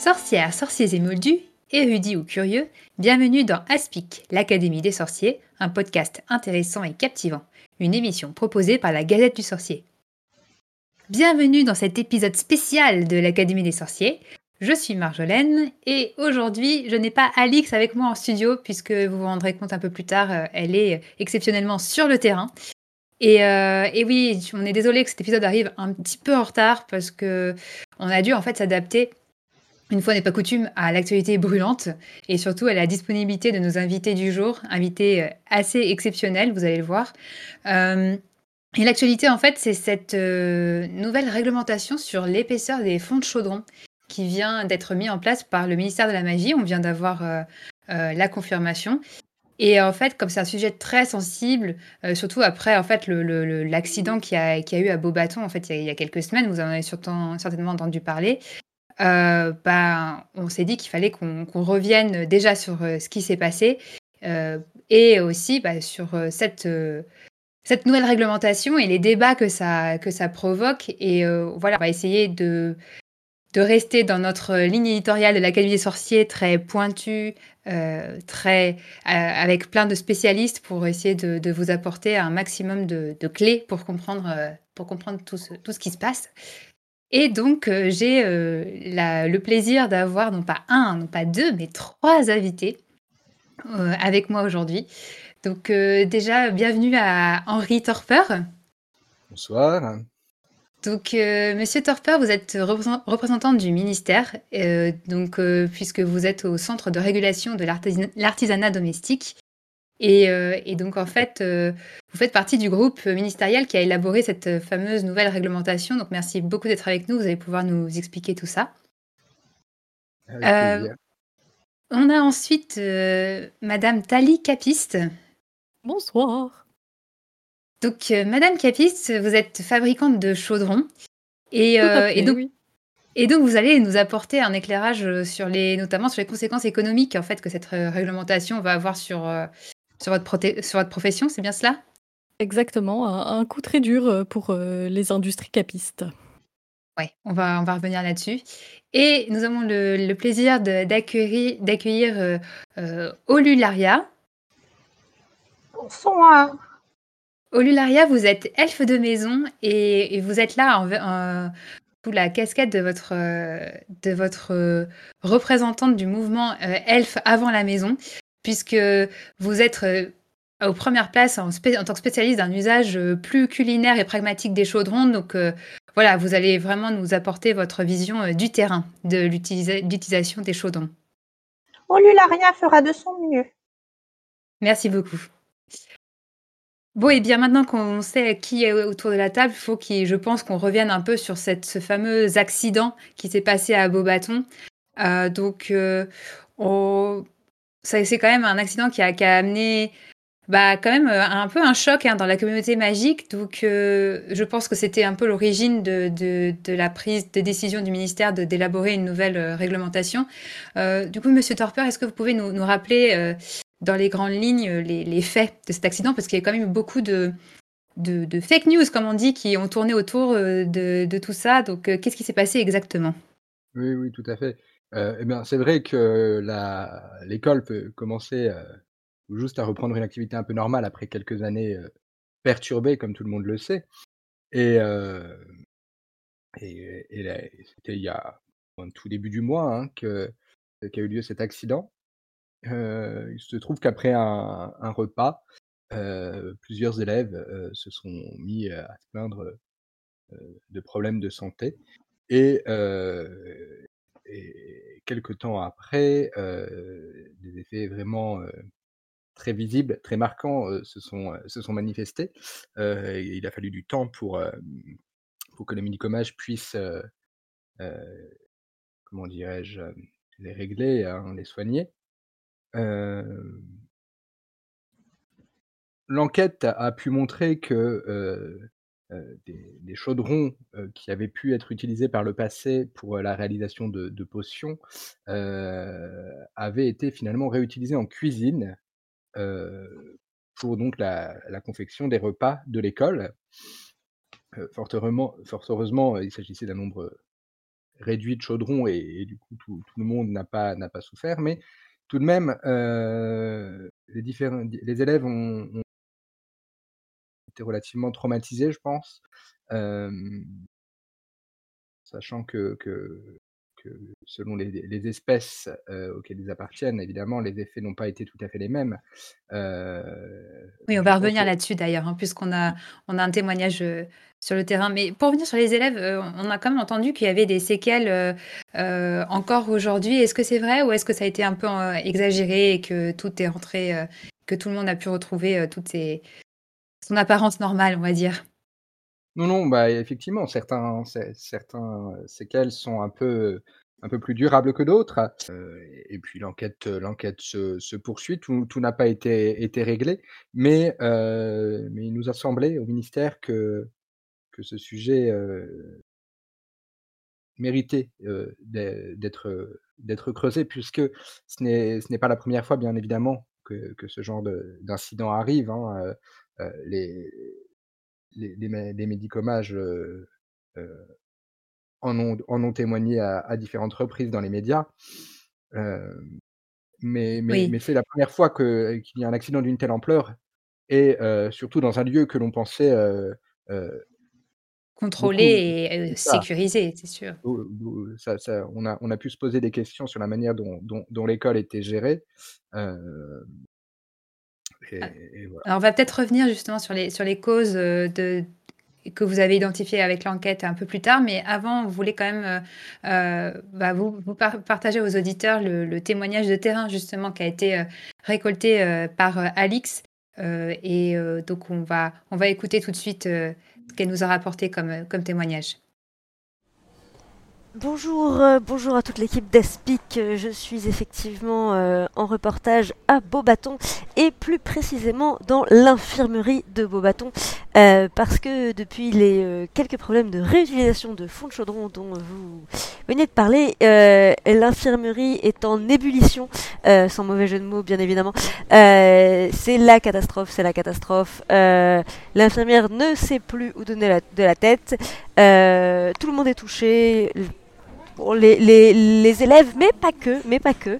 Sorcières, sorciers et moldus, érudits ou curieux, bienvenue dans Aspic, l'Académie des sorciers, un podcast intéressant et captivant, une émission proposée par la Gazette du Sorcier. Bienvenue dans cet épisode spécial de l'Académie des sorciers. Je suis Marjolaine et aujourd'hui, je n'ai pas Alix avec moi en studio puisque vous vous rendrez compte un peu plus tard, elle est exceptionnellement sur le terrain. Et oui, on est désolé que cet épisode arrive un petit peu en retard parce que on a dû en fait s'adapter, une fois n'est pas coutume, à l'actualité brûlante et surtout à la disponibilité de nos invités du jour, invités assez exceptionnels, vous allez le voir. Euh, et l'actualité, en fait, c'est cette nouvelle réglementation sur l'épaisseur des fonds de chaudron qui vient d'être mis en place par le ministère de la Magie. On vient d'avoir la confirmation. Et en fait, comme c'est un sujet très sensible, surtout après en fait l'accident qu'il y a eu à Beaubaton en fait il y a quelques semaines, vous en avez certainement entendu parler. On s'est dit qu'il fallait qu'on revienne déjà sur ce qui s'est passé et aussi sur cette nouvelle réglementation et les débats que ça provoque. Et voilà, on va essayer de rester dans notre ligne éditoriale de l'Académie des sorciers, très pointue, avec plein de spécialistes pour essayer de vous apporter un maximum de clés pour comprendre tout ce qui se passe. Et donc, j'ai le plaisir d'avoir non pas un, non pas deux, mais trois invités avec moi aujourd'hui. Donc, déjà, bienvenue à Henri Torper. Bonsoir. Donc, Monsieur Torper, vous êtes représentant du ministère, puisque vous êtes au Centre de régulation de l'artisanat domestique. Et donc, en fait, vous faites partie du groupe ministériel qui a élaboré cette fameuse nouvelle réglementation. Donc, merci beaucoup d'être avec nous. Vous allez pouvoir nous expliquer tout ça. Avec plaisir. On a ensuite Madame Thalie Capiste. Bonsoir. Donc, Madame Capiste, vous êtes fabricante de chaudrons. Et, Tout à fait, et donc, oui. Et donc, vous allez nous apporter un éclairage notamment sur les conséquences économiques en fait, que cette réglementation va avoir sur votre profession, c'est bien cela? Exactement, un coup très dur pour les industries capistes. Ouais, on va revenir là-dessus. Et nous avons le plaisir d'accueillir Olularia. Bonsoir. Olularia, vous êtes elfe de maison et vous êtes là sous la casquette de votre représentante du mouvement elfe avant la maison, puisque vous êtes aux premières places en tant que spécialiste d'un usage plus culinaire et pragmatique des chaudrons. Donc voilà, vous allez vraiment nous apporter votre vision du terrain, de l'utilisation des chaudrons. Olularia fera de son mieux. Merci beaucoup. Bon, et bien maintenant qu'on sait qui est autour de la table, je pense qu'on revienne un peu sur ce fameux accident qui s'est passé à Beaubaton. C'est quand même un accident qui a amené quand même un peu un choc dans la communauté magique. Donc, je pense que c'était un peu l'origine de la prise de décision du ministère d'élaborer une nouvelle réglementation. Du coup, Monsieur Torper, est-ce que vous pouvez nous rappeler dans les grandes lignes les faits de cet accident? Parce qu'il y a quand même eu beaucoup de fake news, comme on dit, qui ont tourné autour de tout ça. Donc, qu'est-ce qui s'est passé exactement? Oui, tout à fait. C'est vrai que l'école peut commencer tout juste à reprendre une activité un peu normale après quelques années perturbées, comme tout le monde le sait. Et, c'était il y a au tout début du mois qu'a eu lieu cet accident. Il se trouve qu'après un repas, plusieurs élèves se sont mis à se plaindre de problèmes de santé. Et quelque temps après, des effets vraiment très visibles, très marquants se sont manifestés. Il a fallu du temps pour que les médicommages puissent, comment dirais-je, les régler, hein, les soigner. Hem, L'enquête a pu montrer que des chaudrons qui avaient pu être utilisés par le passé pour la réalisation de potions avaient été finalement réutilisés en cuisine pour donc la confection des repas de l'école. Fort heureusement, il s'agissait d'un nombre réduit de chaudron et du coup tout le monde n'a pas souffert. Mais tout de même, les élèves ont été relativement traumatisés, je pense. Hem, Sachant que selon les espèces, auxquelles ils appartiennent, évidemment, les effets n'ont pas été tout à fait les mêmes. Oui, on Je va pense revenir que là-dessus d'ailleurs, hein, on a un témoignage, sur le terrain. Mais pour revenir sur les élèves, on a quand même entendu qu'il y avait des séquelles, encore aujourd'hui. Est-ce que c'est vrai ou est-ce que ça a été un peu, exagéré et que tout est rentré, que tout le monde a pu retrouver, son apparence normale, on va dire? non, non, bah, effectivement, certains séquelles sont un peu plus durables que d'autres, et puis l'enquête se poursuit. Tout n'a pas été réglé, mais il nous a semblé au ministère que ce sujet, méritait, d'être creusé puisque ce n'est pas la première fois, bien évidemment, que ce genre d'incident arrive, hein, les les médicomages, heu, en ont témoigné à différentes reprises dans les médias. Hem, mais Oui, c'est la première fois qu'il y a un accident d'une telle ampleur et surtout dans un lieu que l'on pensait, heu, beaucoup contrôlé et c'est ça, sécurisé, c'est sûr. ça on a pu se poser des questions sur la manière dont l'école était gérée, heu et voilà. Alors, on va peut-être revenir justement sur les causes, que vous avez identifiées avec l'enquête un peu plus tard, mais avant, on voulait quand même, bah, vous partager aux auditeurs le témoignage de terrain justement qui a été, récolté, par, Alix, donc on va écouter tout de suite, ce qu'elle nous a rapporté comme témoignage. Bonjour, bonjour à toute l'équipe d'Aspic. Je suis effectivement en reportage à Beaubaton et plus précisément dans l'infirmerie de Beaubaton parce que depuis les quelques problèmes de réutilisation de fonds de chaudron dont vous venez de parler, l'infirmerie est en ébullition, sans mauvais jeu de mots bien évidemment. C'est la catastrophe, c'est la catastrophe. L'infirmière ne sait plus où donner de la tête. Tout le monde est touché. Bon, les élèves, mais pas que,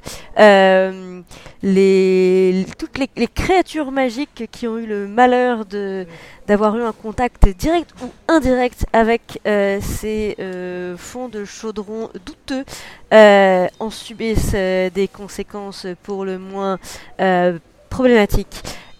toutes les créatures magiques qui ont eu le malheur d'avoir eu un contact direct ou indirect avec ces fonds de chaudron douteux en subissent des conséquences pour le moins problématiques.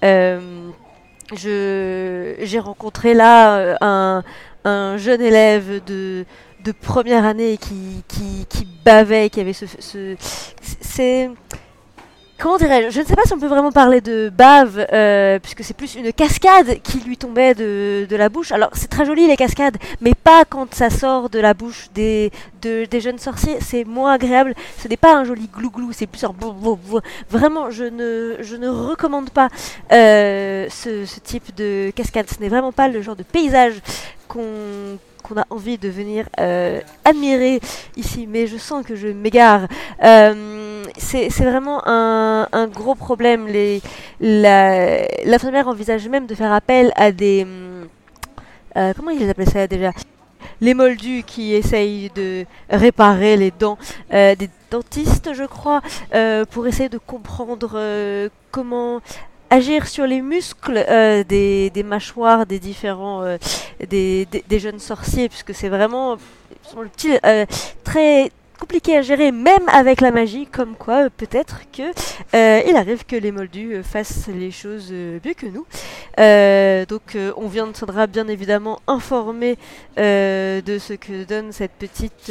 J'ai rencontré là un jeune élève de première année qui bavait, qui avait c'est comment dirais-je, je ne sais pas si on peut vraiment parler de bave, puisque c'est plus une cascade qui lui tombait de la bouche. Alors c'est très joli les cascades, mais pas quand ça sort de la bouche des jeunes sorciers, c'est moins agréable. Ce n'est pas un joli glou-glou, c'est plus un vraiment, je ne recommande pas ce type de cascade. Ce n'est vraiment pas le genre de paysage qu'on a envie de venir admirer ici, mais je sens que je m'égare. C'est vraiment un gros problème. L'infirmière envisage même de faire appel à des... comment ils appelaient ça déjà ? Les moldus qui essayent de réparer les dents des dentistes, je crois, pour essayer de comprendre comment agir sur les muscles des mâchoires des différents des jeunes sorciers, puisque c'est vraiment semble-t-il très compliqué à gérer, même avec la magie, comme quoi peut-être que il arrive que les moldus fassent les choses mieux que nous. Donc on viendra bien évidemment informer de ce que donne cette petite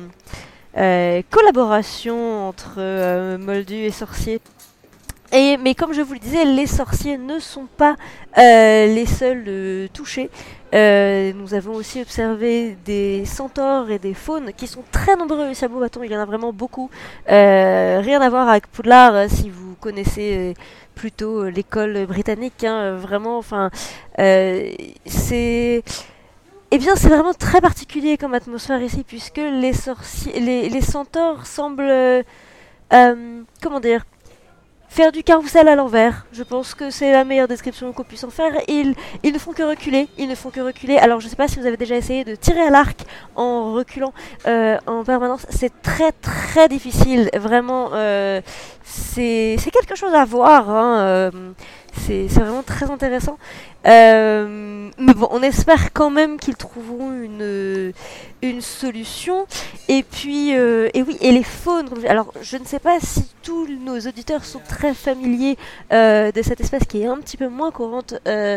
collaboration entre moldus et sorciers. Mais comme je vous le disais, les sorciers ne sont pas les seuls touchés. Nous avons aussi observé des centaures et des faunes qui sont très nombreux ici à Beaubaton. Il y en a vraiment beaucoup. Rien à voir avec Poudlard, si vous connaissez plutôt l'école britannique. Hein, vraiment, enfin, c'est... Eh bien, c'est vraiment très particulier comme atmosphère ici, puisque les centaures semblent... comment dire faire du carrousel à l'envers. Je pense que c'est la meilleure description qu'on puisse en faire. Ils ne font que reculer. Ils ne font que reculer. Alors, je sais pas si vous avez déjà essayé de tirer à l'arc en reculant en permanence. C'est très très difficile. Vraiment, c'est quelque chose à voir. Hein. C'est vraiment très intéressant. Mais bon, on espère quand même qu'ils trouveront une solution. Et puis, et oui, et les faunes. Alors, je ne sais pas si tous nos auditeurs sont très familiers de cette espèce qui est un petit peu moins courante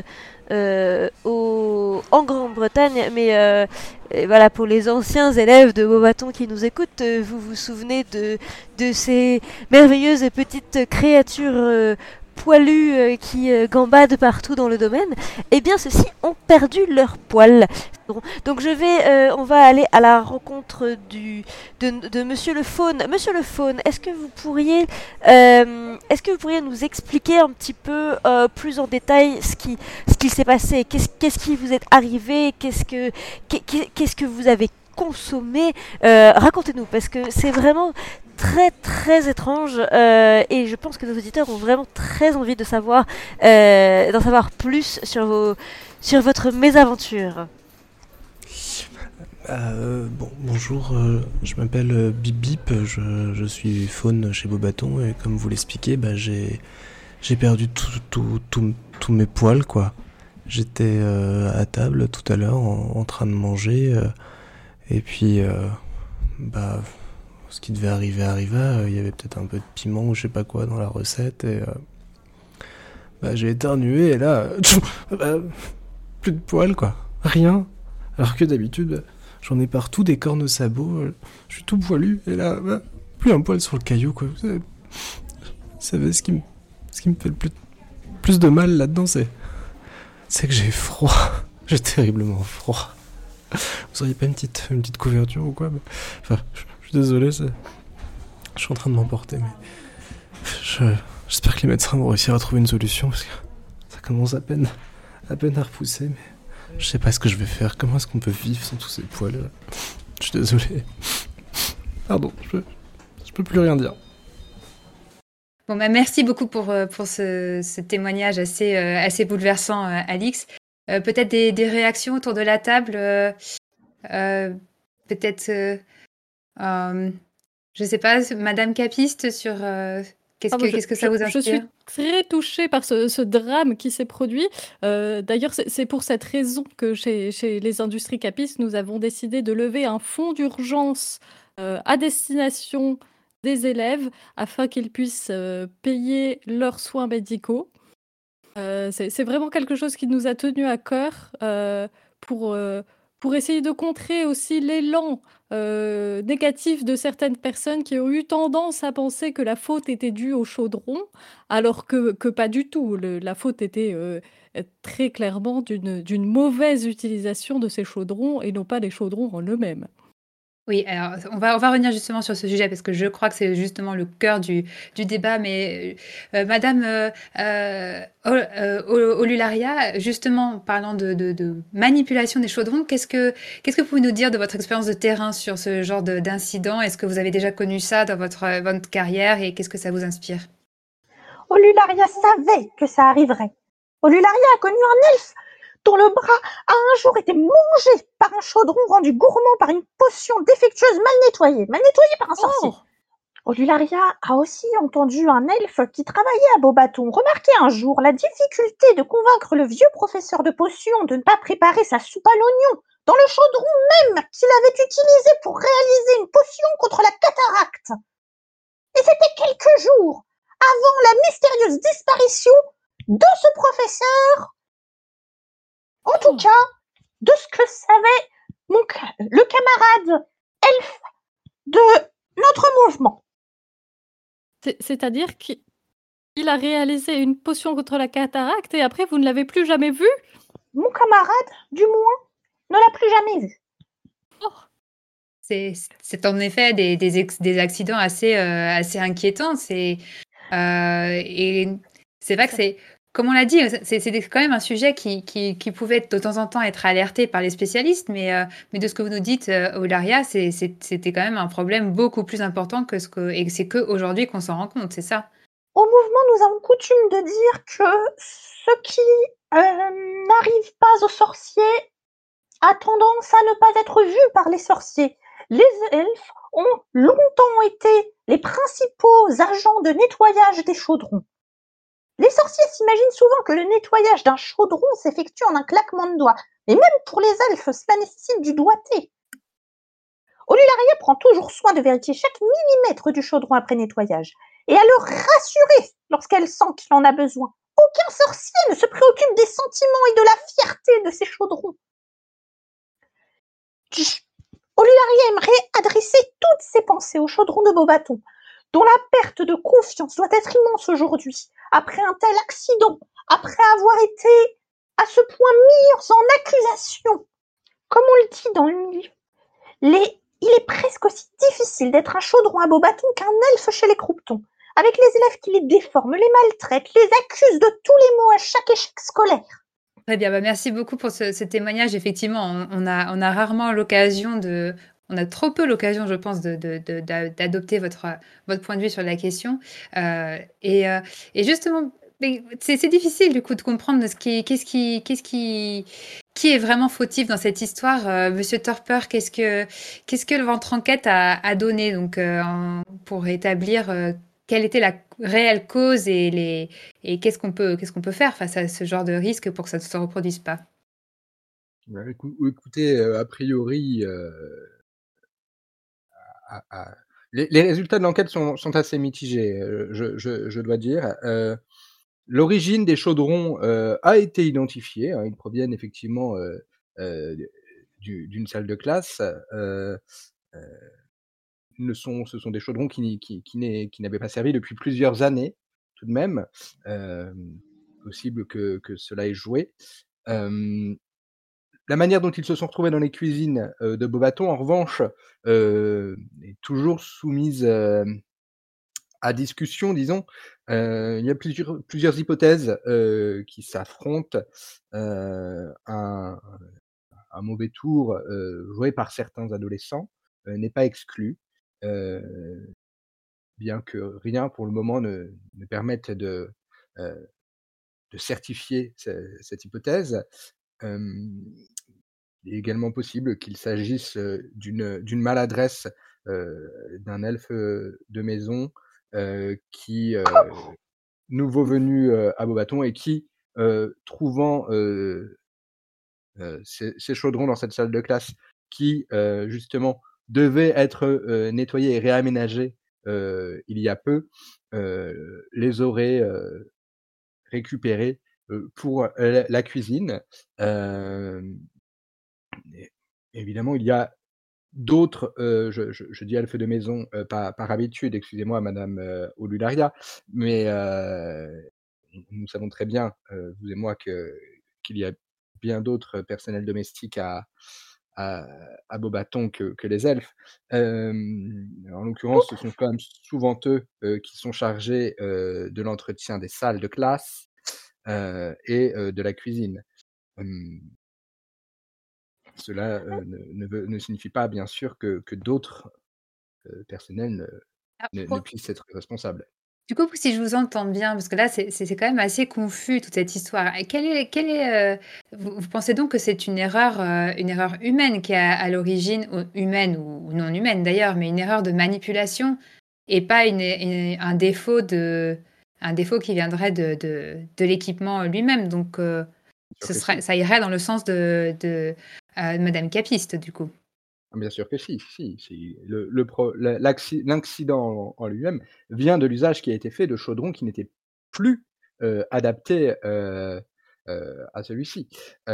en Grande-Bretagne. Mais et voilà, pour les anciens élèves de Beauxbatons qui nous écoutent, vous vous souvenez de ces merveilleuses petites créatures poilus qui gambadent partout dans le domaine, eh bien ceux-ci ont perdu leurs poils. Donc on va aller à la rencontre de Monsieur le Faune. Monsieur le Faune, est-ce que vous pourriez nous expliquer un petit peu plus en détail ce qui s'est passé, qu'est-ce qui vous est arrivé, qu'est-ce que vous avez consommé, racontez-nous, parce que c'est vraiment très très étrange et je pense que nos auditeurs ont vraiment très envie de savoir d'en savoir plus sur votre mésaventure. Bonjour, je m'appelle Bip Bip, je suis faune chez Beauxbatons et comme vous l'expliquez, j'ai perdu tous mes poils quoi. J'étais à table tout à l'heure en train de manger et puis ce qui devait arriver arriva, il y avait peut-être un peu de piment ou je sais pas quoi dans la recette et j'ai éternué et là plus de poils quoi, rien. Alors que d'habitude j'en ai partout des cornes au sabot, je suis tout poilu et là plus un poil sur le caillou quoi. Vous savez ce qui me fait le plus de mal là-dedans c'est que j'ai froid, j'ai terriblement froid. Vous auriez pas une petite couverture ou quoi? Enfin, je suis désolé, je suis en train de m'emporter, mais j'espère que les médecins vont réussir à trouver une solution, parce que ça commence à peine à repousser, mais je sais pas ce que je vais faire. Comment est-ce qu'on peut vivre sans tous ces poils? Je suis désolé. Pardon, je peux plus rien dire. Bon, merci beaucoup pour ce témoignage assez bouleversant, Alix. Peut-être des réactions autour de la table, peut-être, je sais pas, Madame Capiste, sur qu'est-ce que ça vous inspire? Je suis très touchée par ce drame qui s'est produit. D'ailleurs, c'est pour cette raison que chez les industries capistes, nous avons décidé de lever un fonds d'urgence à destination des élèves afin qu'ils puissent payer leurs soins médicaux. C'est vraiment quelque chose qui nous a tenu à cœur pour essayer de contrer aussi l'élan négatif de certaines personnes qui ont eu tendance à penser que la faute était due au chaudron, alors que pas du tout. La faute était très clairement d'une mauvaise utilisation de ces chaudrons et non pas les chaudrons en eux-mêmes. Oui, alors on va revenir justement sur ce sujet parce que je crois que c'est justement le cœur du débat. Mais Madame Olularia, justement, parlant de manipulation des chaudrons, qu'est-ce que vous pouvez nous dire de votre expérience de terrain sur ce genre d'incident? Est-ce que vous avez déjà connu ça dans votre carrière et qu'est-ce que ça vous inspire? Olularia savait que ça arriverait. Olularia a connu un elfe dont le bras a un jour été mangé par un chaudron rendu gourmand par une potion défectueuse mal nettoyée par un sorcier. Olularia a aussi entendu un elfe qui travaillait à Beauxbatons remarquer un jour la difficulté de convaincre le vieux professeur de potions de ne pas préparer sa soupe à l'oignon dans le chaudron même qu'il avait utilisé pour réaliser une potion contre la cataracte. Et c'était quelques jours avant la mystérieuse disparition de ce professeur. En tout cas, de ce que savait le camarade elfe de notre mouvement. C'est-à-dire qu'il a réalisé une potion contre la cataracte et après, vous ne l'avez plus jamais vu? Mon camarade, du moins, ne l'a plus jamais vu. Oh. C'est en effet des accidents assez inquiétants. Et c'est vrai que c'est... Comme on l'a dit, c'est quand même un sujet qui pouvait de temps en temps être alerté par les spécialistes, mais de ce que vous nous dites, Olaria, c'était quand même un problème beaucoup plus important et c'est qu'aujourd'hui qu'on s'en rend compte, c'est ça? Au mouvement, nous avons coutume de dire que ce qui n'arrive pas aux sorciers a tendance à ne pas être vu par les sorciers. Les elfes ont longtemps été les principaux agents de nettoyage des chaudrons. Les sorciers s'imaginent souvent que le nettoyage d'un chaudron s'effectue en un claquement de doigts, mais même pour les elfes, cela nécessite du doigté. Olularia prend toujours soin de vérifier chaque millimètre du chaudron après nettoyage, et à le rassurer lorsqu'elle sent qu'il en a besoin. Aucun sorcier ne se préoccupe des sentiments et de la fierté de ces chaudrons. Olularia aimerait adresser toutes ses pensées au chaudron de Beaubaton, dont la perte de confiance doit être immense aujourd'hui, après un tel accident, après avoir été à ce point mis en accusation. Comme on le dit dans le milieu, il est presque aussi difficile d'être un chaudron à Beaubaton qu'un elfe chez les Croupetons, avec les élèves qui les déforment, les maltraitent, les accusent de tous les maux à chaque échec scolaire. Très bien, merci beaucoup pour ce témoignage. Effectivement, on a rarement l'occasion de... On a trop peu l'occasion, je pense, d'adopter votre point de vue sur la question. Et justement, c'est difficile du coup de comprendre qui est vraiment fautif dans cette histoire. Monsieur Torpeur, qu'est-ce que votre enquête a donné donc, pour établir quelle était la réelle cause et qu'est-ce qu'on peut faire face à ce genre de risque pour que ça ne se reproduise pas? Écoutez, a priori, les résultats de l'enquête sont assez mitigés, je dois dire. L'origine des chaudrons a été identifiée, hein, ils proviennent effectivement d'une salle de classe. Ce sont des chaudrons qui n'avaient pas servi depuis plusieurs années, tout de même. Possible que cela ait joué. La manière dont ils se sont retrouvés dans les cuisines de Beaubaton, en revanche, est toujours soumise à discussion, disons. Il y a plusieurs hypothèses qui s'affrontent. Un mauvais tour joué par certains adolescents n'est pas exclu, bien que rien pour le moment ne permette de certifier cette hypothèse. Il est également possible qu'il s'agisse d'une maladresse d'un elfe de maison qui nouveau venu à Beaubaton et qui, trouvant ces chaudrons dans cette salle de classe qui justement devaient être nettoyés et réaménagés il y a peu, les aurait récupérés pour la cuisine. Évidemment, il y a d'autres, je dis elfes de maison par habitude, excusez-moi Madame Olularia, mais nous savons très bien, vous et moi, qu'il y a bien d'autres personnels domestiques à Beaubaton que les elfes. En l'occurrence, ce sont quand même souvent eux qui sont chargés de l'entretien des salles de classe et de la cuisine. Cela ne signifie pas, bien sûr, que d'autres personnels ne puissent être responsables. Du coup, si je vous entends bien, parce que là, c'est quand même assez confus toute cette histoire. Vous pensez donc que c'est une erreur humaine qui est à l'origine, humaine ou non humaine d'ailleurs, mais une erreur de manipulation et pas un défaut qui viendrait de l'équipement lui-même. Donc, ça irait dans le sens de Madame Capiste, du coup. Bien sûr que si. L'incident en lui-même vient de l'usage qui a été fait de chaudrons qui n'étaient plus adaptés à celui-ci.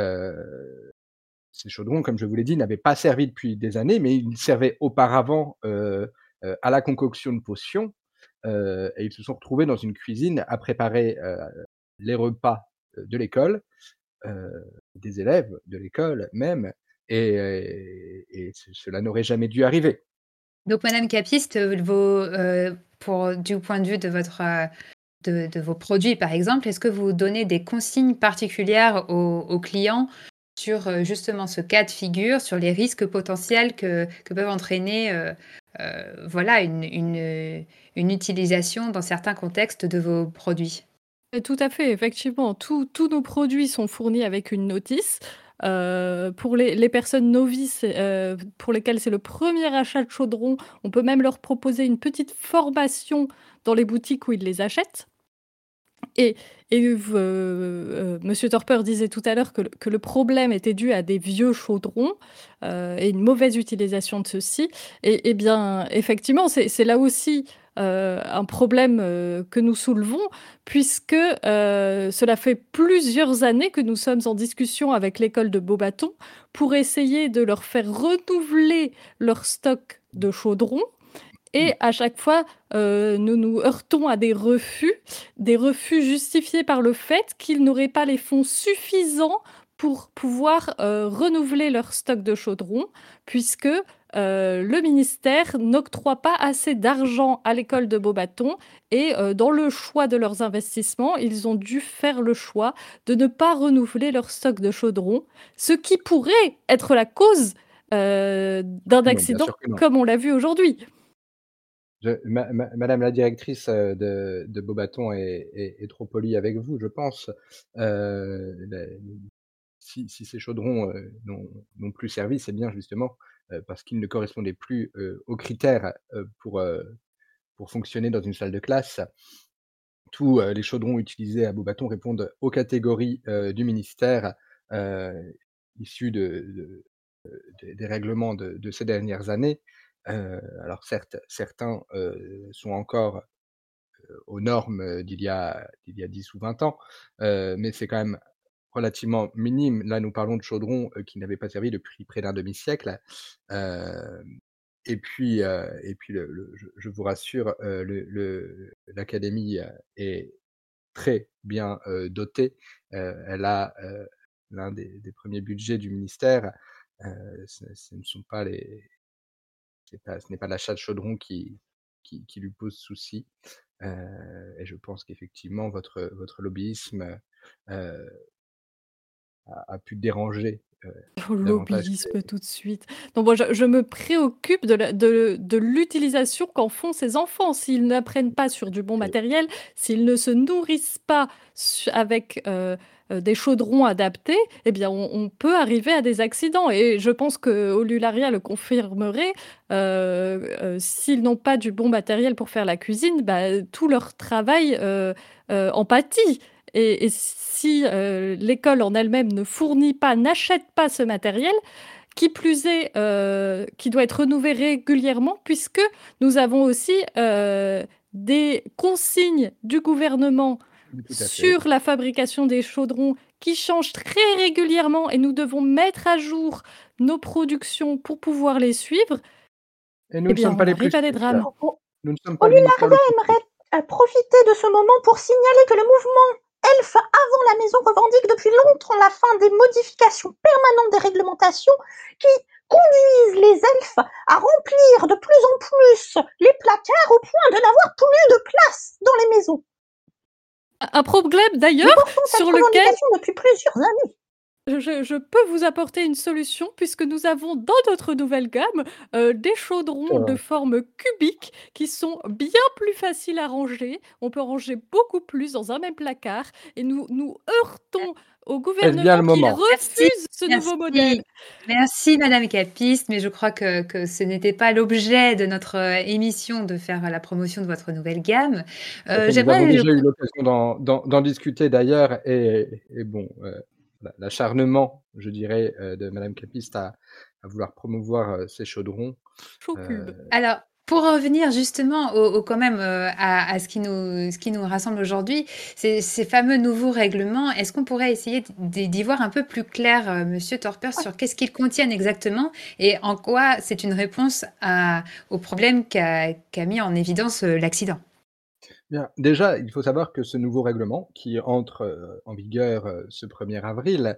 Ces chaudrons, comme je vous l'ai dit, n'avaient pas servi depuis des années, mais ils servaient auparavant à la concoction de potions. Et ils se sont retrouvés dans une cuisine à préparer les repas de l'école, des élèves de l'école même, et cela n'aurait jamais dû arriver. Donc, Madame Capiste, du point de vue de vos produits, par exemple, est-ce que vous donnez des consignes particulières aux clients sur justement ce cas de figure, sur les risques potentiels que peuvent entraîner voilà, une utilisation dans certains contextes de vos produits. Tout à fait, effectivement, tous nos produits sont fournis avec une notice. Pour les personnes novices, pour lesquelles c'est le premier achat de chaudron, on peut même leur proposer une petite formation dans les boutiques où ils les achètent. Et Monsieur Torpeur disait tout à l'heure que le problème était dû à des vieux chaudrons, et une mauvaise utilisation de ceux-ci. Et bien, effectivement, c'est là aussi un problème que nous soulevons, puisque cela fait plusieurs années que nous sommes en discussion avec l'école de Beaubaton pour essayer de leur faire renouveler leur stock de chaudrons. Et à chaque fois, nous nous heurtons à des refus justifiés par le fait qu'ils n'auraient pas les fonds suffisants pour pouvoir renouveler leur stock de chaudrons, puisque le ministère n'octroie pas assez d'argent à l'école de Beaubaton. Et dans le choix de leurs investissements, ils ont dû faire le choix de ne pas renouveler leur stock de chaudrons, ce qui pourrait être la cause d'un Bien accident, sûr que non. comme on l'a vu aujourd'hui. Madame la directrice de Beaubaton est trop polie avec vous, je pense. La- si ces chaudrons n'ont plus servi, c'est bien justement parce qu'ils ne correspondaient plus aux critères pour fonctionner dans une salle de classe. Tous les chaudrons utilisés à Beaubaton répondent aux catégories du ministère issues des règlements de ces dernières années. Alors certes, certains sont encore aux normes d'il y a 10 ou 20 ans, mais c'est quand même relativement minime. Là, nous parlons de chaudrons qui n'avaient pas servi depuis près d'un demi-siècle. Et puis je vous rassure, l'académie est très bien dotée. Elle a l'un des premiers budgets du ministère. Ce ne sont pas les ce n'est pas l'achat de chaudron qui lui pose souci. Et je pense qu'effectivement votre lobbyisme a pu déranger davantage que Lobbyisme tout de suite. Donc moi, je me préoccupe de l'utilisation qu'en font ces enfants. S'ils n'apprennent pas sur du bon et matériel, s'ils ne se nourrissent pas avec des chaudrons adaptés, eh bien, on peut arriver à des accidents. Et je pense que Olularia le confirmerait. S'ils n'ont pas du bon matériel pour faire la cuisine, bah, tout leur travail en pâtit. Et si l'école en elle-même ne fournit pas, n'achète pas ce matériel, qui plus est, qui doit être renouvelé régulièrement, puisque nous avons aussi des consignes du gouvernement tout à fait. sur la fabrication des chaudrons qui changent très régulièrement et nous devons mettre à jour nos productions pour pouvoir les suivre. Et nous Eh ne bien, sommes pas on les plus arrive à des stricts. drames. Nous ne sommes pas le ministère le Olularia plus strict. aimerait profiter de ce moment pour signaler que le mouvement Elf avant la maison revendique depuis longtemps la fin des modifications permanentes des réglementations qui conduisent les elfes à remplir de plus en plus les placards au point de n'avoir plus de place dans les maisons. Un problème Nous d'ailleurs portons cette sur lequel revendication depuis plusieurs années. je peux vous apporter une solution puisque nous avons dans notre nouvelle gamme des chaudrons de forme cubique qui sont bien plus faciles à ranger. On peut ranger beaucoup plus dans un même placard et nous heurtons au Est-ce bien gouvernement le qui moment? refuse ce nouveau modèle. Merci Madame Capiste, mais je crois que ce n'était pas l'objet de notre émission de faire la promotion de votre nouvelle gamme. Nous avons J'aimerais, déjà eu l'occasion d'en discuter d'ailleurs et bon, l'acharnement, je dirais, de Madame Capiste à vouloir promouvoir ces chaudrons. Chaud cube. Alors, pour revenir justement quand même à ce qui nous rassemble aujourd'hui, ces fameux nouveaux règlements, est-ce qu'on pourrait essayer d'y voir un peu plus clair, Monsieur Torpeur, sur qu'est-ce qu'ils contiennent exactement et en quoi c'est une réponse au problème qu'a mis en évidence l'accident? Bien, déjà, il faut savoir que ce nouveau règlement qui entre en vigueur ce 1er avril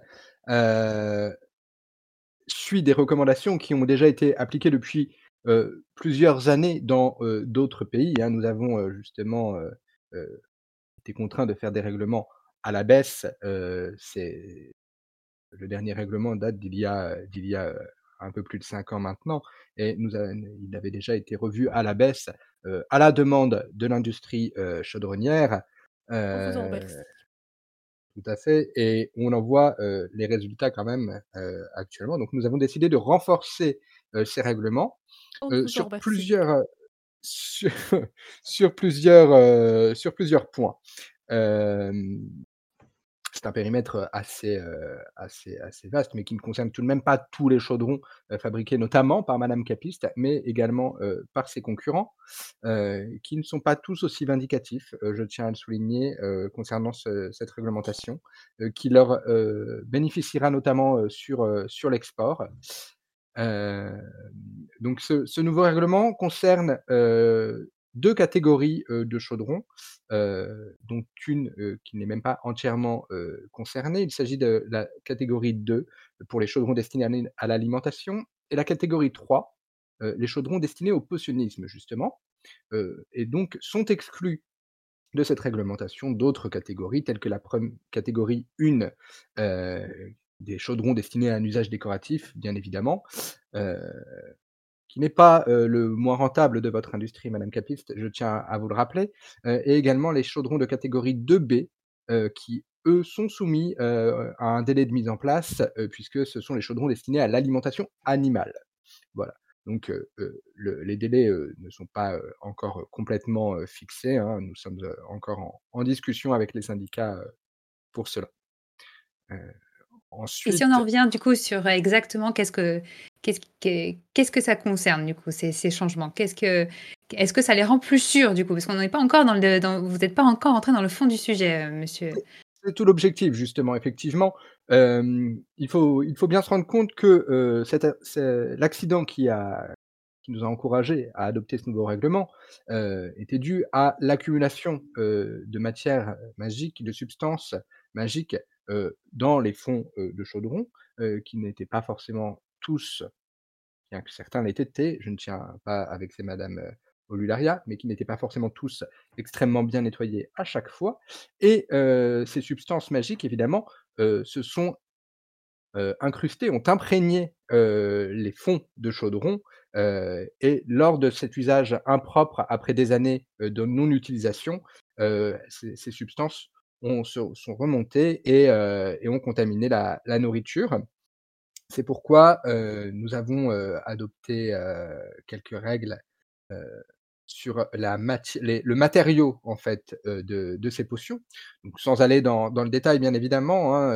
suit des recommandations qui ont déjà été appliquées depuis plusieurs années dans d'autres pays, hein. Nous avons justement été contraints de faire des règlements à la baisse ces le dernier règlement date d'il y a un peu plus de 5 ans maintenant et il avait déjà été revu à la baisse, à la demande de l'industrie, chaudronnière, On vous en heu remercie. tout à fait et on en voit, les résultats quand même, actuellement. Donc nous avons décidé de renforcer, ces règlements, On vous en sur remercie. plusieurs, sur sur plusieurs points. Hem C'est un périmètre, assez vaste, mais qui ne concerne tout de même pas tous les chaudrons, fabriqués notamment par Madame Capiste, mais également, par ses concurrents, qui ne sont pas tous aussi vindicatifs, je tiens à le souligner, concernant cette réglementation, qui leur, bénéficiera notamment, sur l'export. Hem, donc ce nouveau règlement concerne, 2 catégories, de chaudrons, dont une, qui n'est même pas entièrement, concernée. Il s'agit de la catégorie 2 pour les chaudrons destinés à l'alimentation et la catégorie 3, les chaudrons destinés au potionnisme justement, et donc sont exclus de cette réglementation d'autres catégories telles que la catégorie 1, des chaudrons destinés à un usage décoratif bien évidemment, heu, qui n'est pas, le moins rentable de votre industrie Madame Capiste, je tiens à vous le rappeler, et également les chaudrons de catégorie 2B, qui eux sont soumis, à un délai de mise en place, puisque ce sont les chaudrons destinés à l'alimentation animale. Voilà, donc les délais, ne sont pas, encore, complètement, fixés, hein. Nous sommes, encore en discussion avec les syndicats, pour cela. Heu, Et si on en ensuite revient du coup sur exactement qu'est-ce que ça concerne du coup ces changements? Est-ce que ça les rend plus sûrs du coup? Parce qu'on n'est pas encore vous n'êtes pas encore entré dans le fond du sujet, monsieur. c'est tout l'objectif justement, effectivement. Il faut bien se rendre compte que, l'accident qui nous a encouragés à adopter ce nouveau règlement, était dû à l'accumulation, de matières magiques, de substances magiques, dans les fonds, de chaudron, qui n'étaient pas forcément tous, bien que certains l'aient été, je ne tiens pas à vexer madame, Olularia, mais qui n'étaient pas forcément tous extrêmement bien nettoyés à chaque fois et ces substances magiques évidemment, se sont incrustés, ont imprégné, les fonds de chaudron, et lors de cet usage impropre après des années, de non-utilisation, ces substances sont remontées et ont contaminé la nourriture. C'est pourquoi, nous avons, adopté, quelques règles, heu, sur le matériau en fait, de ces potions. Donc sans aller dans le détail bien évidemment, hein,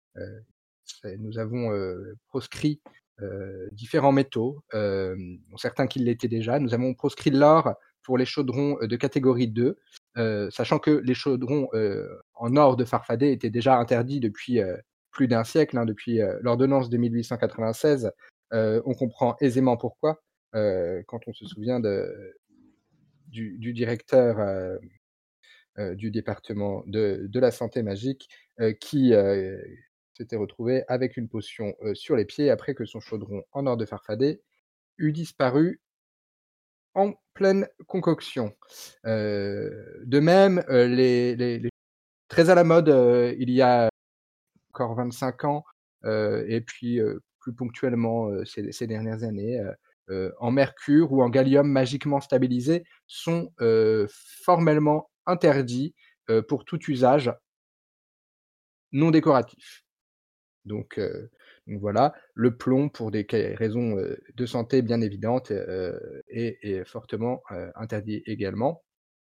nous avons, proscrit, différents métaux, dont certains qui l'étaient déjà. Nous avons proscrit l'or pour les chaudrons, de catégorie 2, sachant que les chaudrons, en or de Farfadet étaient déjà interdits depuis, plus d'un siècle, hein, depuis, l'ordonnance de 1896. On comprend aisément pourquoi, quand on se souvient du directeur, du département de la santé magique, qui, s'était retrouvé avec une potion, sur les pieds après que son chaudron en or de Farfadet eut disparu en pleine concoction. De même, les très à la mode, il y a encore 25 ans, et puis, plus ponctuellement, ces dernières années, en mercure ou en gallium magiquement stabilisé sont, formellement interdits, pour tout usage non décoratif. Donc heu, donc voilà, le plomb pour des raisons, de santé bien évidentes, est fortement, interdit également.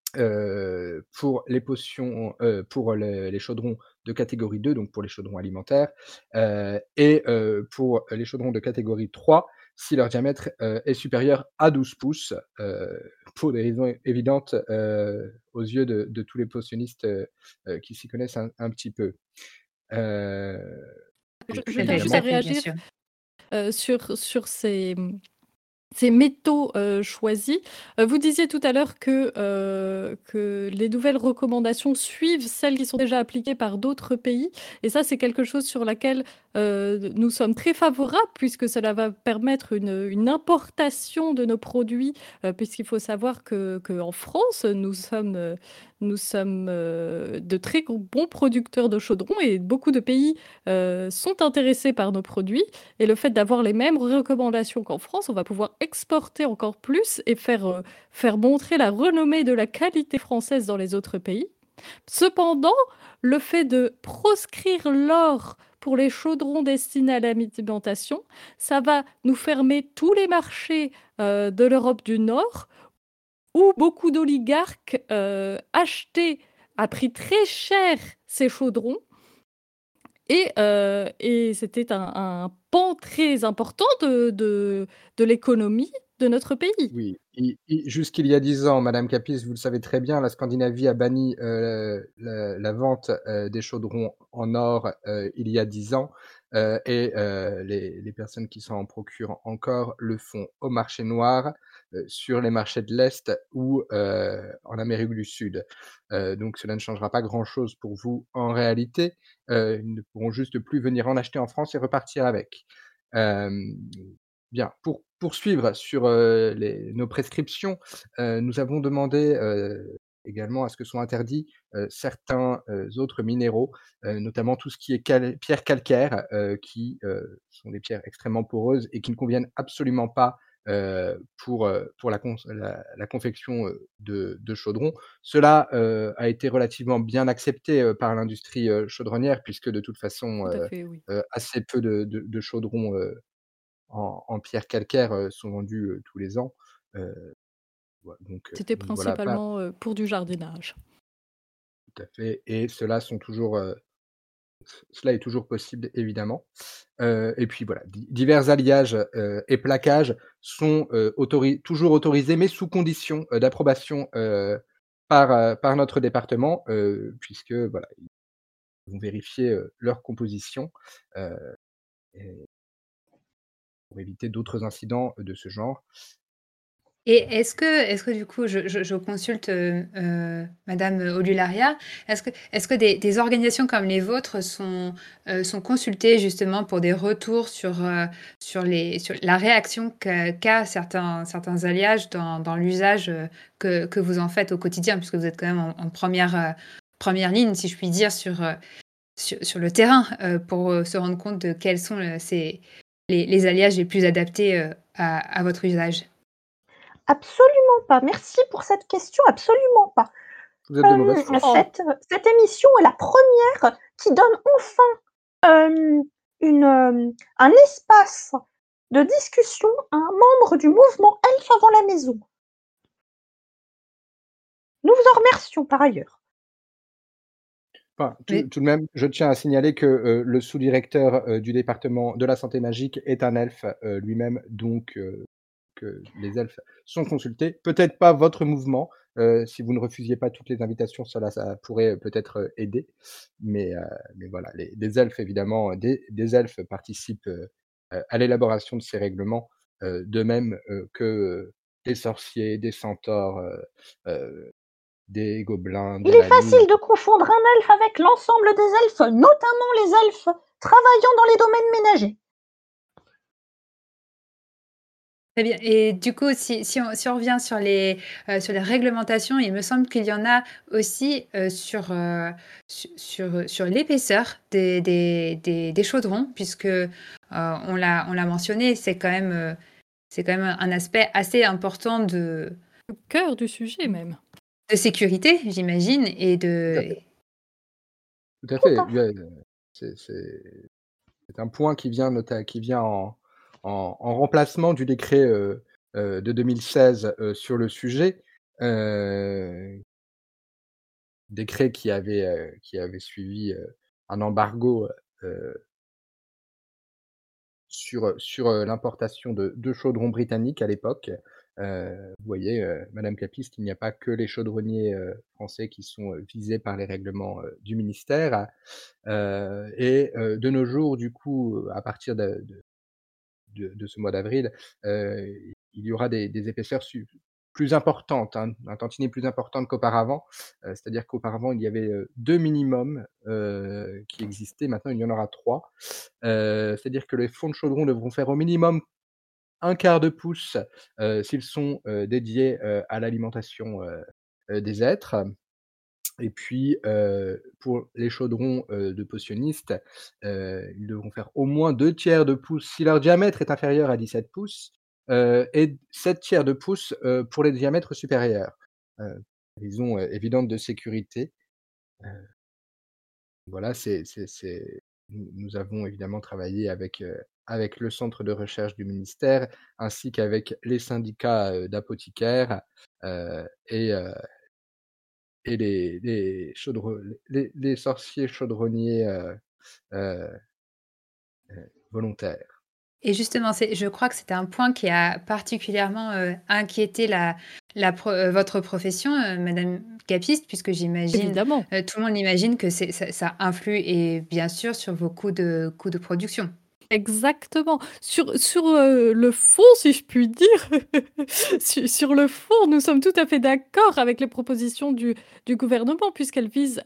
Pour les potions, pour les chaudrons de catégorie 2, donc pour les chaudrons alimentaires, et pour les chaudrons de catégorie 3, si leur diamètre, est supérieur à 12 pouces, pour des raisons évidentes, aux yeux de tous les potionnistes, qui s'y connaissent un petit peu. Heu et Je puis je Tout à tiens fait, juste tout à à fait, bien réagir, sûr. sur ces, ces métaux choisis. Vous disiez tout à l'heure que les nouvelles recommandations suivent celles qui sont déjà appliquées par d'autres pays. Et ça, c'est quelque chose sur laquelle nous sommes très favorables, puisque cela va permettre une importation de nos produits, puisqu'il faut savoir qu'en France, nous sommes de très bons producteurs de chaudrons et beaucoup de pays sont intéressés par nos produits. Et le fait d'avoir les mêmes recommandations qu'en France, on va pouvoir exporter encore plus et faire montrer la renommée de la qualité française dans les autres pays. Cependant, le fait de proscrire l'or pour les chaudrons destinés à l'alimentation, ça va nous fermer tous les marchés de l'Europe du Nord, où beaucoup d'oligarques achetaient à prix très cher ces chaudrons et c'était un pan très important de l'économie de notre pays. Oui, jusqu'il y a 10 ans, madame Capis, vous le savez très bien, la Scandinavie a banni, la vente, des chaudrons en or, il y a 10 ans, et les personnes qui s'en procurent encore le font au marché noir, sur les marchés de l'Est ou, en Amérique du Sud. Donc cela ne changera pas grand-chose pour vous en réalité, ils ne pourront juste plus venir en acheter en France et repartir avec. Hem Bien, pour poursuivre sur, nos prescriptions, nous avons demandé, également à ce que soient interdits, certains, autres minéraux, notamment tout ce qui est pierres calcaires, qui, sont des pierres extrêmement poreuses et qui ne conviennent absolument pas, pour la confection, de chaudrons. Cela, a été relativement bien accepté, par l'industrie, chaudronnière puisque de toute façon, Tout à fait, oui. assez peu de chaudrons, en pierre calcaire, sont vendus, tous les ans. C'était Donc voilà, pas principalement pour du jardinage. tout à fait et cela est toujours possible évidemment. Et puis voilà, divers alliages, et plaquages sont, toujours autorisés, mais sous condition, d'approbation, par notre département, puisque voilà, ils vont vérifier, leur composition, heu et pour éviter d'autres incidents de ce genre. Et est-ce que du coup, je consulte, madame Olularia, est-ce que des organisations comme les vôtres sont consultées justement pour des retours sur la réaction qu'a certains alliages dans l'usage, que vous en faites au quotidien? Puisque vous êtes quand même en première ligne, si je puis dire, sur le terrain, pour, se rendre compte de quels sont, les alliages les plus adaptés, à votre usage. Absolument pas. Merci pour cette question, absolument pas. Vous êtes de mauvaise foi. Oh. Cette émission est la première qui donne enfin un espace de discussion à un membre du mouvement Elf avant la maison. Nous vous en remercions par ailleurs. Enfin, Mais tout de même, je tiens à signaler que, le sous-directeur, du département de la santé magique est un elfe, lui-même, donc que les elfes sont consultés. Peut-être pas votre mouvement, si vous ne refusiez pas toutes les invitations, ça pourrait, peut-être, aider. Mais voilà, les elfes évidemment, des elfes participent, à l'élaboration de ces règlements, de même, que, des sorciers, des centaures, des gobelins, Il de est la lune. facile de confondre un elfe avec l'ensemble des elfes, notamment les elfes travaillant dans les domaines ménagers. très bien. Et du coup, si on revient sur les réglementations, il me semble qu'il y en a aussi sur l'épaisseur des chaudrons, puisque on l'a mentionné, c'est quand même un aspect assez important Le cœur du sujet même. de sécurité, j'imagine, et Tout à de. fait, tout à Tout fait. à fait. C'est un point qui vient en remplacement du décret, de 2016, sur le sujet. Heu, Décret qui avait suivi, un embargo, sur l'importation de chaudrons britanniques à l'époque. Vous voyez, madame Capiste, il n'y a pas que les chaudronniers, français qui sont, visés par les règlements, du ministère. De nos jours, du coup, à partir de ce mois d'avril, il y aura des épaisseurs plus importantes, hein, un tantinet plus importante qu'auparavant. C'est-à-dire qu'auparavant, il y avait 2 minimums qui existaient. Maintenant, il y en aura 3. C'est-à-dire que les fonds de chaudron devront faire au minimum 1/4 de pouce s'ils sont dédiés à l'alimentation des êtres. Et puis, pour les chaudrons de potionnistes, ils devront faire au moins 2/3 de pouce si leur diamètre est inférieur à 17 pouces, et 7/3 de pouce pour les diamètres supérieurs. Raison évidente de sécurité. Voilà, nous avons évidemment travaillé avec le centre de recherche du ministère, ainsi qu'avec les syndicats d'apothicaires, et les sorciers chaudronniers heu, volontaires. Et justement, je crois que c'était un point qui a particulièrement inquiété votre profession, Madame Capiste, puisque j'imagine, Évidemment. tout le monde imagine que ça influe, et bien sûr, sur vos coûts de production. Exactement. Sur le fond, si je puis dire, sur le fond, nous sommes tout à fait d'accord avec les propositions du gouvernement, puisqu'elles visent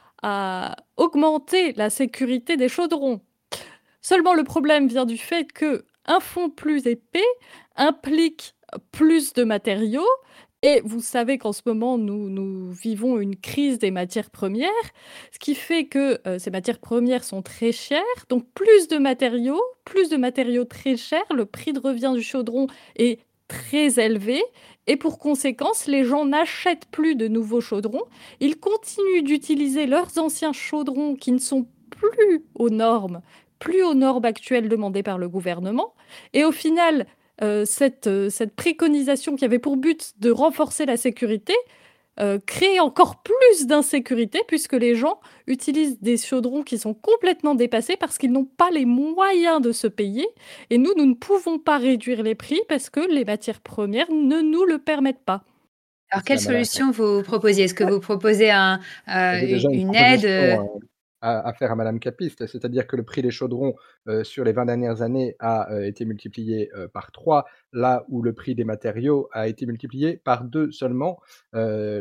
à augmenter la sécurité des chaudrons. Seulement, le problème vient du fait qu'un fond plus épais implique plus de matériaux. Et vous savez qu'en ce moment, nous vivons une crise des matières premières, ce qui fait que ces matières premières sont très chères. Donc, plus de matériaux très chers, le prix de revient du chaudron est très élevé. Et pour conséquence, les gens n'achètent plus de nouveaux chaudrons. Ils continuent d'utiliser leurs anciens chaudrons qui ne sont plus aux normes actuelles demandées par le gouvernement. Et au final, cette préconisation qui avait pour but de renforcer la sécurité crée encore plus d'insécurité, puisque les gens utilisent des chaudrons qui sont complètement dépassés parce qu'ils n'ont pas les moyens de se payer. Et nous ne pouvons pas réduire les prix parce que les matières premières ne nous le permettent pas. Alors, quelle solution vous proposez? Est-ce que vous proposez Déjà une aide proposition à faire à Madame Capiste, c'est-à-dire que le prix des chaudrons sur les 20 dernières années a été multiplié par 3, là où le prix des matériaux a été multiplié par 2 seulement dans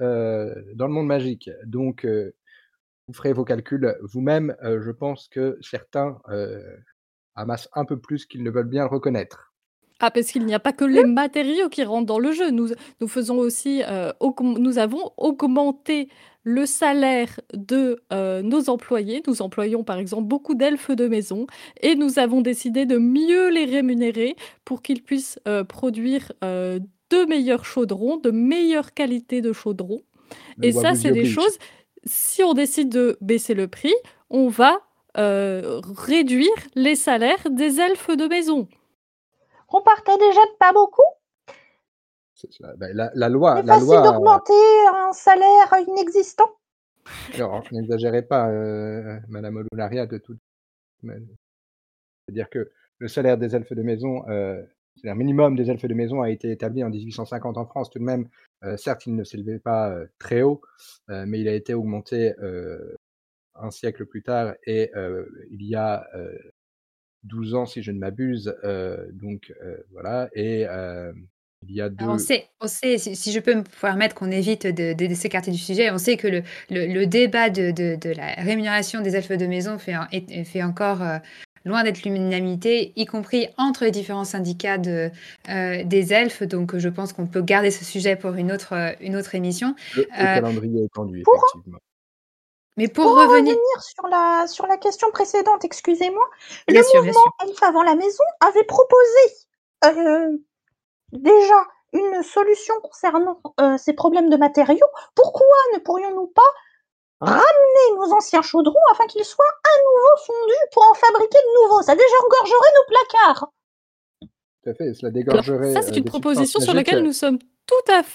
le monde magique. Donc, vous ferez vos calculs vous-même. Je pense que certains amassent un peu plus qu'ils ne veulent bien le reconnaître. Ah, parce qu'il n'y a pas que les matériaux qui rentrent dans le jeu. Nous faisons aussi, nous avons augmenté le salaire de nos employés. Nous employons par exemple beaucoup d'elfes de maison et nous avons décidé de mieux les rémunérer pour qu'ils puissent produire de meilleurs chaudrons, de meilleure qualité de chaudrons. Et ça, c'est des choses, si on décide de baisser le prix, on va réduire les salaires des elfes de maison. On partait déjà de pas beaucoup. C'est ça. Ben, la loi. C'est facile d'augmenter un salaire inexistant. Alors, n'exagérez pas, Madame Olularia, de toute manière. C'est-à-dire que le salaire des elfes de maison, c'est-à-dire minimum des elfes de maison a été établi en 1850 en France tout de même. Certes, il ne s'élevait pas très haut, mais il a été augmenté un siècle plus tard, et il y a 12 ans, si je ne m'abuse. Donc voilà, et il y a 2... Alors, on sait, si je peux me permettre qu'on évite de s'écarter du sujet, on sait que le débat de la rémunération des elfes de maison fait encore loin d'être l'unanimité, y compris entre les différents syndicats des elfes. Donc, je pense qu'on peut garder ce sujet pour une autre émission. Le calendrier est tendu, effectivement. Mais pour revenir sur la question précédente, excusez-moi, bien sûr. Elfes avant la maison avait proposé déjà une solution concernant ces problèmes de matériaux. Pourquoi ne pourrions-nous pas ramener nos anciens chaudrons afin qu'ils soient à nouveau fondus pour en fabriquer de nouveaux? Ça désengorgerait nos placards. Tout à fait, cela dégorgerait. Alors, ça, c'est une proposition sur laquelle nous sommes tout à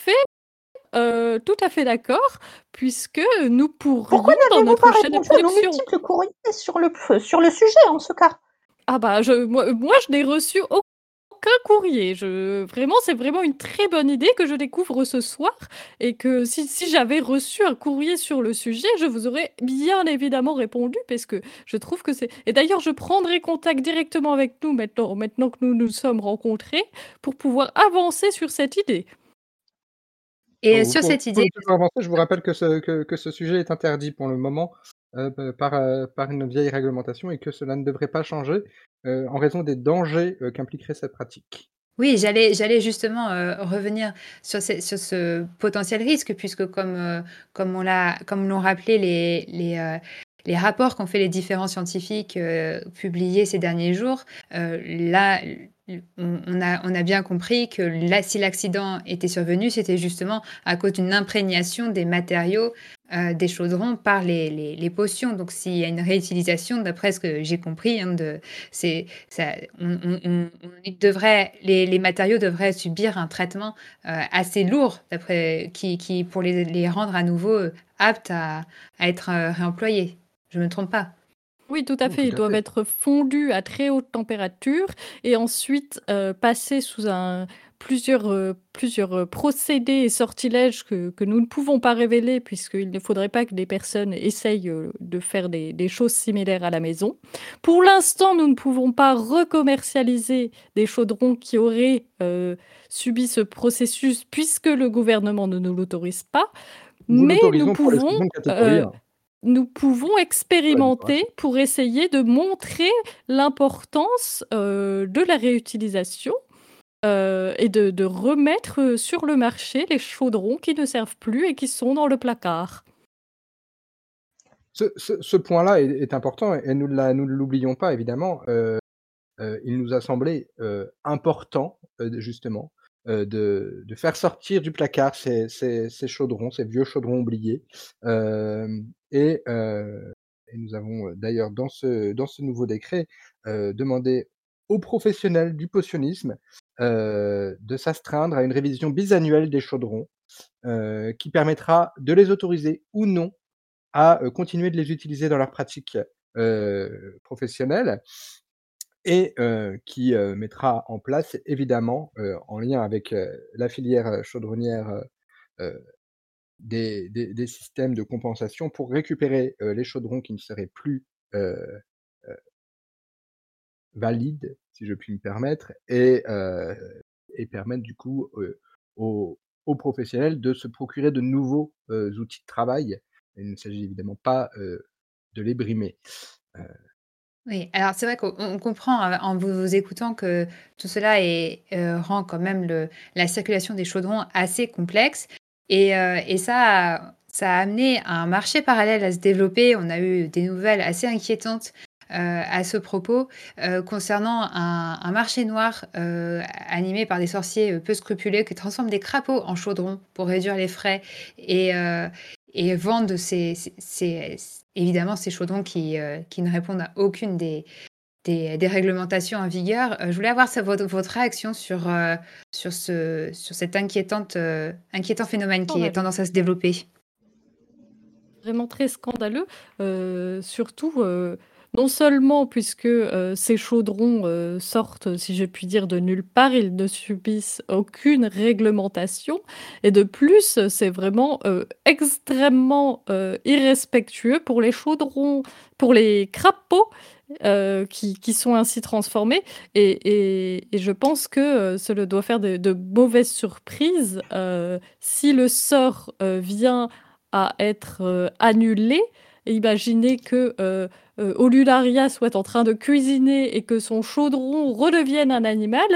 fait d'accord, puisque nous pourrions, dans notre chaîne de production... nos multiples courriers sur le sujet, en ce cas? Ah bah, moi, je n'ai reçu aucun courrier. Vraiment, c'est vraiment une très bonne idée que je découvre ce soir et que si j'avais reçu un courrier sur le sujet, je vous aurais bien évidemment répondu parce que je trouve que c'est... Et d'ailleurs, je prendrai contact directement avec nous maintenant que nous nous sommes rencontrés pour pouvoir avancer sur cette idée. Et Vous sur cette pouvez idée, toujours avancer. Je vous rappelle que ce sujet est interdit pour le moment par une vieille réglementation et que cela ne devrait pas changer en raison des dangers qu'impliquerait cette pratique. oui, j'allais justement revenir sur ce potentiel risque, puisque comme l'ont rappelé les rapports qu'ont fait les différents scientifiques publiés ces derniers jours, là, on a bien compris que là, si l'accident était survenu, c'était justement à cause d'une imprégnation des matériaux des chaudrons par les potions. Donc, s'il y a une réutilisation, d'après ce que j'ai compris, hein, c'est, ça, les matériaux devraient subir un traitement assez lourd, qui pour les rendre à nouveau aptes à être réemployés. Je me trompe pas. Oui, tout à Tout fait. Ils à doivent fait. être fondus à très haute température et ensuite passer sous plusieurs procédés et sortilèges que nous ne pouvons pas révéler puisqu'il ne faudrait pas que des personnes essayent de faire des choses similaires à la maison. Pour l'instant, nous ne pouvons pas recommercialiser des chaudrons qui auraient subi ce processus puisque le gouvernement ne nous l'autorise pas, Nous mais l'autorisons pour les chaudrons de catégorie 1. nous pouvons Pour la expérimenter décoration. pour essayer de montrer l'importance de la réutilisation et de remettre sur le marché les chaudrons qui ne servent plus et qui sont dans le placard. Ce point-là est important et nous ne l'oublions pas évidemment. Il nous a semblé important justement de faire sortir du placard ces chaudrons, ces vieux chaudrons oubliés. Et nous avons d'ailleurs dans ce nouveau décret demandé aux professionnels du potionnisme de s'astreindre à une révision bisannuelle des chaudrons qui permettra de les autoriser ou non à continuer de les utiliser dans leur pratique professionnelle et qui mettra en place évidemment, en lien avec la filière chaudronnière, heu, des systèmes de compensation pour récupérer les chaudrons qui ne seraient plus heu, valides, si je puis me permettre, et permettre du coup aux professionnels de se procurer de nouveaux outils de travail. Il ne s'agit évidemment pas de les brimer. Heu Oui, alors c'est vrai qu'on comprend en vous écoutant que tout cela rend quand même la circulation des chaudrons assez complexe et ça a amené un marché parallèle à se développer. On a eu des nouvelles assez inquiétantes à ce propos concernant un marché noir animé par des sorciers peu scrupuleux qui transforment des crapauds en chaudrons pour réduire les frais et, euh, et vendent évidemment ces chaudrons qui ne répondent à aucune des réglementations en vigueur. Je voulais avoir votre réaction sur cet inquiétant phénomène qui a Scandaleux. tendance à se développer. Vraiment très scandaleux, surtout non seulement puisque ces chaudrons sortent, si je puis dire, de nulle part, ils ne subissent aucune réglementation, et de plus, c'est vraiment extrêmement irrespectueux pour les chaudrons, pour les crapauds qui sont ainsi transformés, et je pense que cela doit faire de mauvaises surprises si le sort vient à être annulé. Imaginez que Olularia soit en train de cuisiner et que son chaudron redevienne un animal,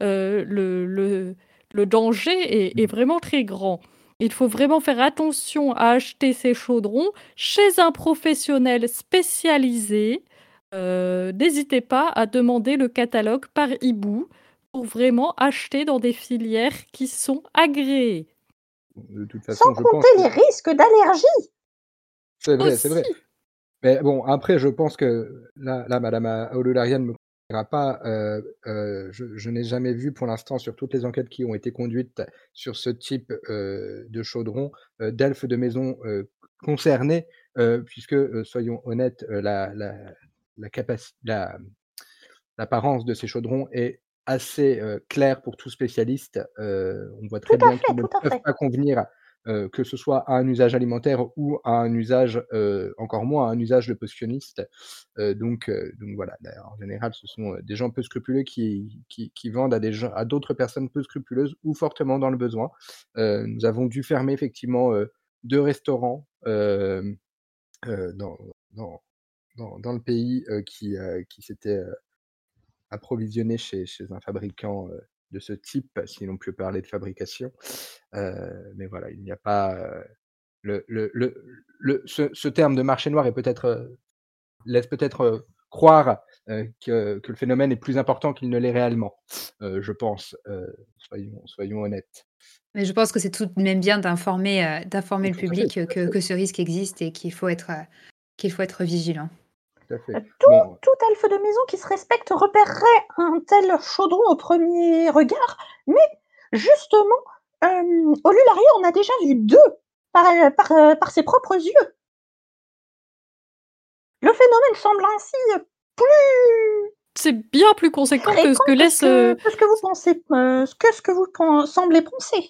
le danger est vraiment très grand. Il faut vraiment faire attention à acheter ces chaudrons chez un professionnel spécialisé. N'hésitez pas à demander le catalogue par hibou pour vraiment acheter dans des filières qui sont agréées. De toute Sans façon, je pense compter que les risques d'allergie. c'est vrai, c'est Aussi. vrai. Mais bon, après, je pense que là madame Aulularia ne me dira pas, je n'ai jamais vu pour l'instant sur toutes les enquêtes qui ont été conduites sur ce type, de chaudron, d'elfes de maison, concernés, puisque, soyons honnêtes, la capaci la l'apparence de ces chaudrons est assez clair pour tout spécialiste. On voit Tout très à bien fait, qu'ils ne tout à peuvent fait. pas convenir, que ce soit à un usage alimentaire ou à un usage, encore moins à un usage de potionniste. Donc voilà, là, en général, ce sont, des gens peu scrupuleux qui vendent à d'autres personnes peu scrupuleuses ou fortement dans le besoin. Nous avons dû fermer effectivement, 2 restaurants, dans dans dans le pays, qui s'étaient, approvisionnés chez un fabricant, de ce type, si l'on peut parler de fabrication. Mais voilà, il n'y a pas, ce terme de marché noir est peut-être, laisse peut-être, croire, que le phénomène est plus important qu'il ne l'est réellement, je pense, soyons honnêtes. Mais je pense que c'est tout de même bien d'informer le Tout à fait, public, tout à que fait, ce risque existe et qu'il faut être vigilant. tout à fait. Tout, Bon, tout elfe de maison qui se respecte repérerait un tel chaudron au premier regard, mais justement, au Lularia, on a déjà vu 2 par ses propres yeux. Le phénomène semble ainsi plus C'est bien plus conséquent que ce fréquent que laisse. que ce que vous pensez, ce que vous semblez penser.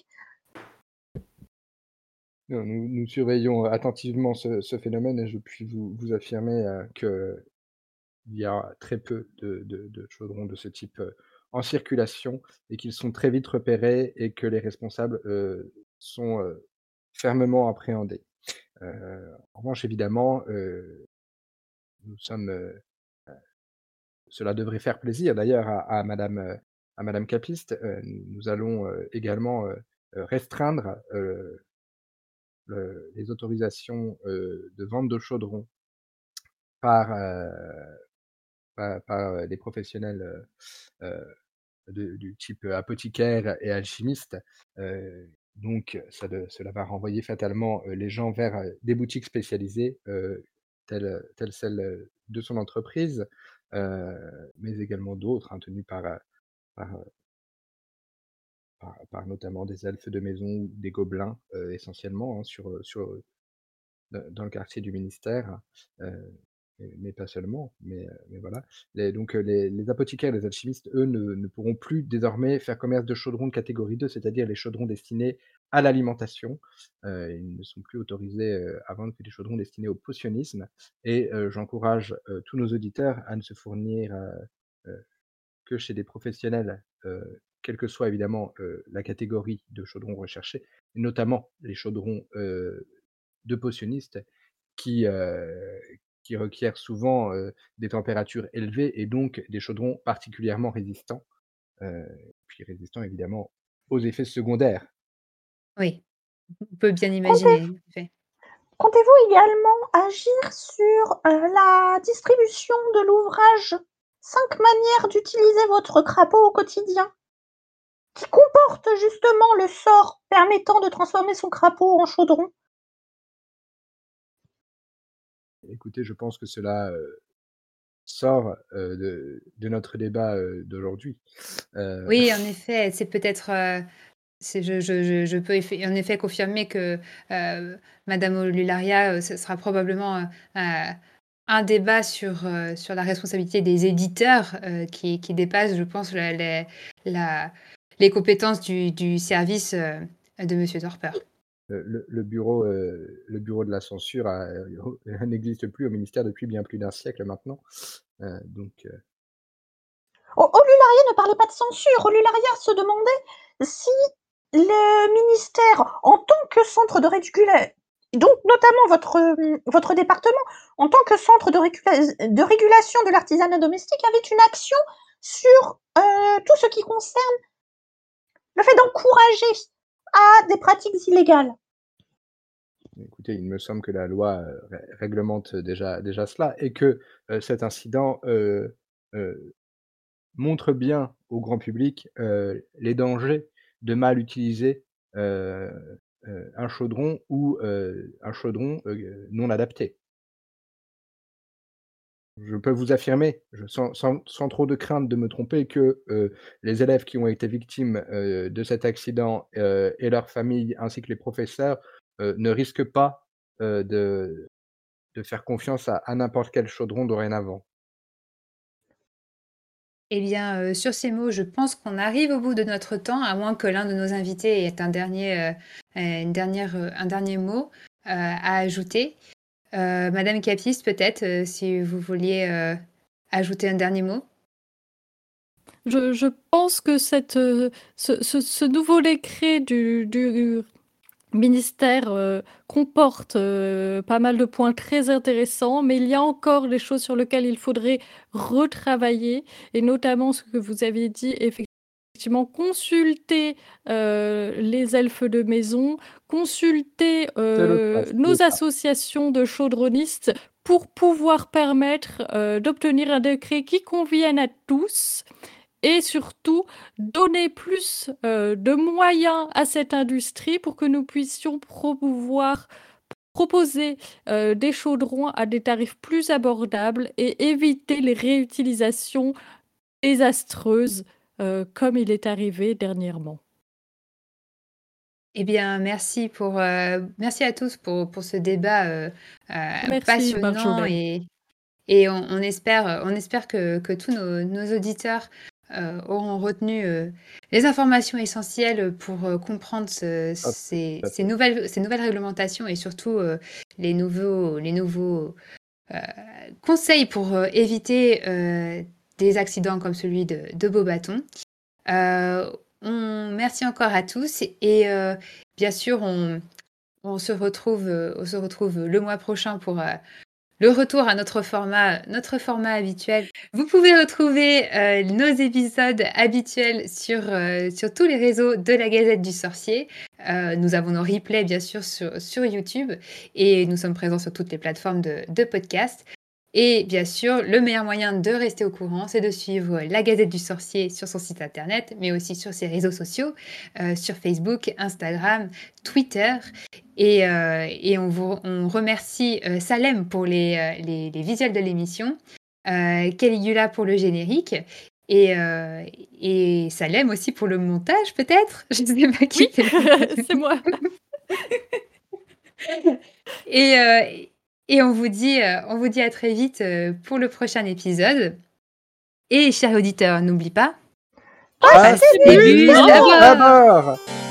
non, nous surveillons attentivement ce phénomène et je puis vous affirmer, qu'il y a très peu de chaudrons de ce type, en circulation et qu'ils sont très vite repérés et que les responsables, sont, fermement appréhendés. En revanche, évidemment, nous sommes, cela devrait faire plaisir d'ailleurs à madame Capiste. Nous allons, également, restreindre, les autorisations, de vente de chaudrons par, des professionnels, du type apothicaire et alchimiste. Donc cela va renvoyer fatalement, les gens vers, des boutiques spécialisées, telles celles, de son entreprise, mais également d'autres, hein, tenues par, par notamment des elfes de maison ou des gobelins, essentiellement, hein, dans le quartier du ministère, mais pas seulement, mais voilà. Les apothicaires et les alchimistes, eux, ne pourront plus désormais faire commerce de chaudrons de catégorie 2, c'est-à-dire les chaudrons destinés à l'alimentation. Ils ne sont plus autorisés, à vendre que des chaudrons destinés au potionnisme et j'encourage, tous nos auditeurs à ne se fournir, que chez des professionnels, quelle que soit évidemment, la catégorie de chaudrons recherchés, et notamment les chaudrons, de potionnistes qui, heu, qui requièrent souvent, des températures élevées et donc des chaudrons particulièrement résistants, puis résistants évidemment aux effets secondaires. Oui, on peut bien Comptez imaginer, en effet. Comptez-vous également agir sur la distribution de l'ouvrage 5 manières d'utiliser votre crapaud au quotidien, qui comporte justement le sort permettant de transformer son crapaud en chaudron? Écoutez, je pense que cela, sort, de notre débat, d'aujourd'hui. Heu, Oui, en effet, c'est peut-être, je peux en effet confirmer que, madame Olularia, ce sera probablement, un débat sur la responsabilité des éditeurs, qui dépasse, je pense, la les compétences du service, de monsieur Torpeur. le bureau de la censure n'existe plus au ministère depuis bien plus d'un siècle maintenant. Donc Olularia ne parlait pas de censure. Olularia se demandait si le ministère, en tant que centre de régulation, donc notamment votre département, en tant que centre de régulation de l'artisanat domestique, avait une action sur tout ce qui concerne le fait d'encourager à des pratiques illégales. écoutez, il me semble que la loi, réglemente déjà cela et que, cet incident, montre bien au grand public, les dangers de mal utiliser, heu un chaudron ou, un chaudron, non adapté. Je peux vous affirmer, sans trop de crainte de me tromper, que, les élèves qui ont été victimes, de cet accident, et leurs familles ainsi que les professeurs, ne risquent pas, de faire confiance à n'importe quel chaudron dorénavant. Eh bien, sur ces mots, je pense qu'on arrive au bout de notre temps, à moins que l'un de nos invités ait un dernier mot à ajouter. Madame Capis, peut-être, si vous vouliez ajouter un dernier mot. Je pense que ce nouveau décret du ministère comporte pas mal de points très intéressants, mais il y a encore des choses sur lesquelles il faudrait retravailler, et notamment ce que vous avez dit, effectivement, consulter les elfes de maison, consulter nos associations de chaudronnistes pour pouvoir permettre d'obtenir un décret qui convienne à tous. Et surtout, donner plus de moyens à cette industrie pour que nous puissions pouvoir proposer des chaudrons à des tarifs plus abordables et éviter les réutilisations désastreuses comme il est arrivé dernièrement. Eh bien, merci à tous pour ce débat Merci, passionnant Marjolaine. et on espère que tous nos auditeurs auront retenu les informations essentielles pour comprendre ces nouvelles réglementations et surtout les nouveaux conseils pour éviter des accidents comme celui de Beaubaton. Merci encore à tous et bien sûr on se retrouve le mois prochain pour le retour à notre format habituel. Vous pouvez retrouver nos épisodes habituels sur tous les réseaux de la Gazette du Sorcier. Nous avons nos replays bien sûr sur YouTube et nous sommes présents sur toutes les plateformes de podcast. Et bien sûr, le meilleur moyen de rester au courant, c'est de suivre la Gazette du Sorcier sur son site internet, mais aussi sur ses réseaux sociaux, sur Facebook, Instagram, Twitter. Et on remercie Salem pour les visuels de l'émission, Caligula pour le générique, et Salem aussi pour le montage, peut-être. Je ne sais pas qui fait le c'est moi. Et on vous dit à très vite pour le prochain épisode. Et chers auditeurs, n'oublie pas, Passez du d'abord.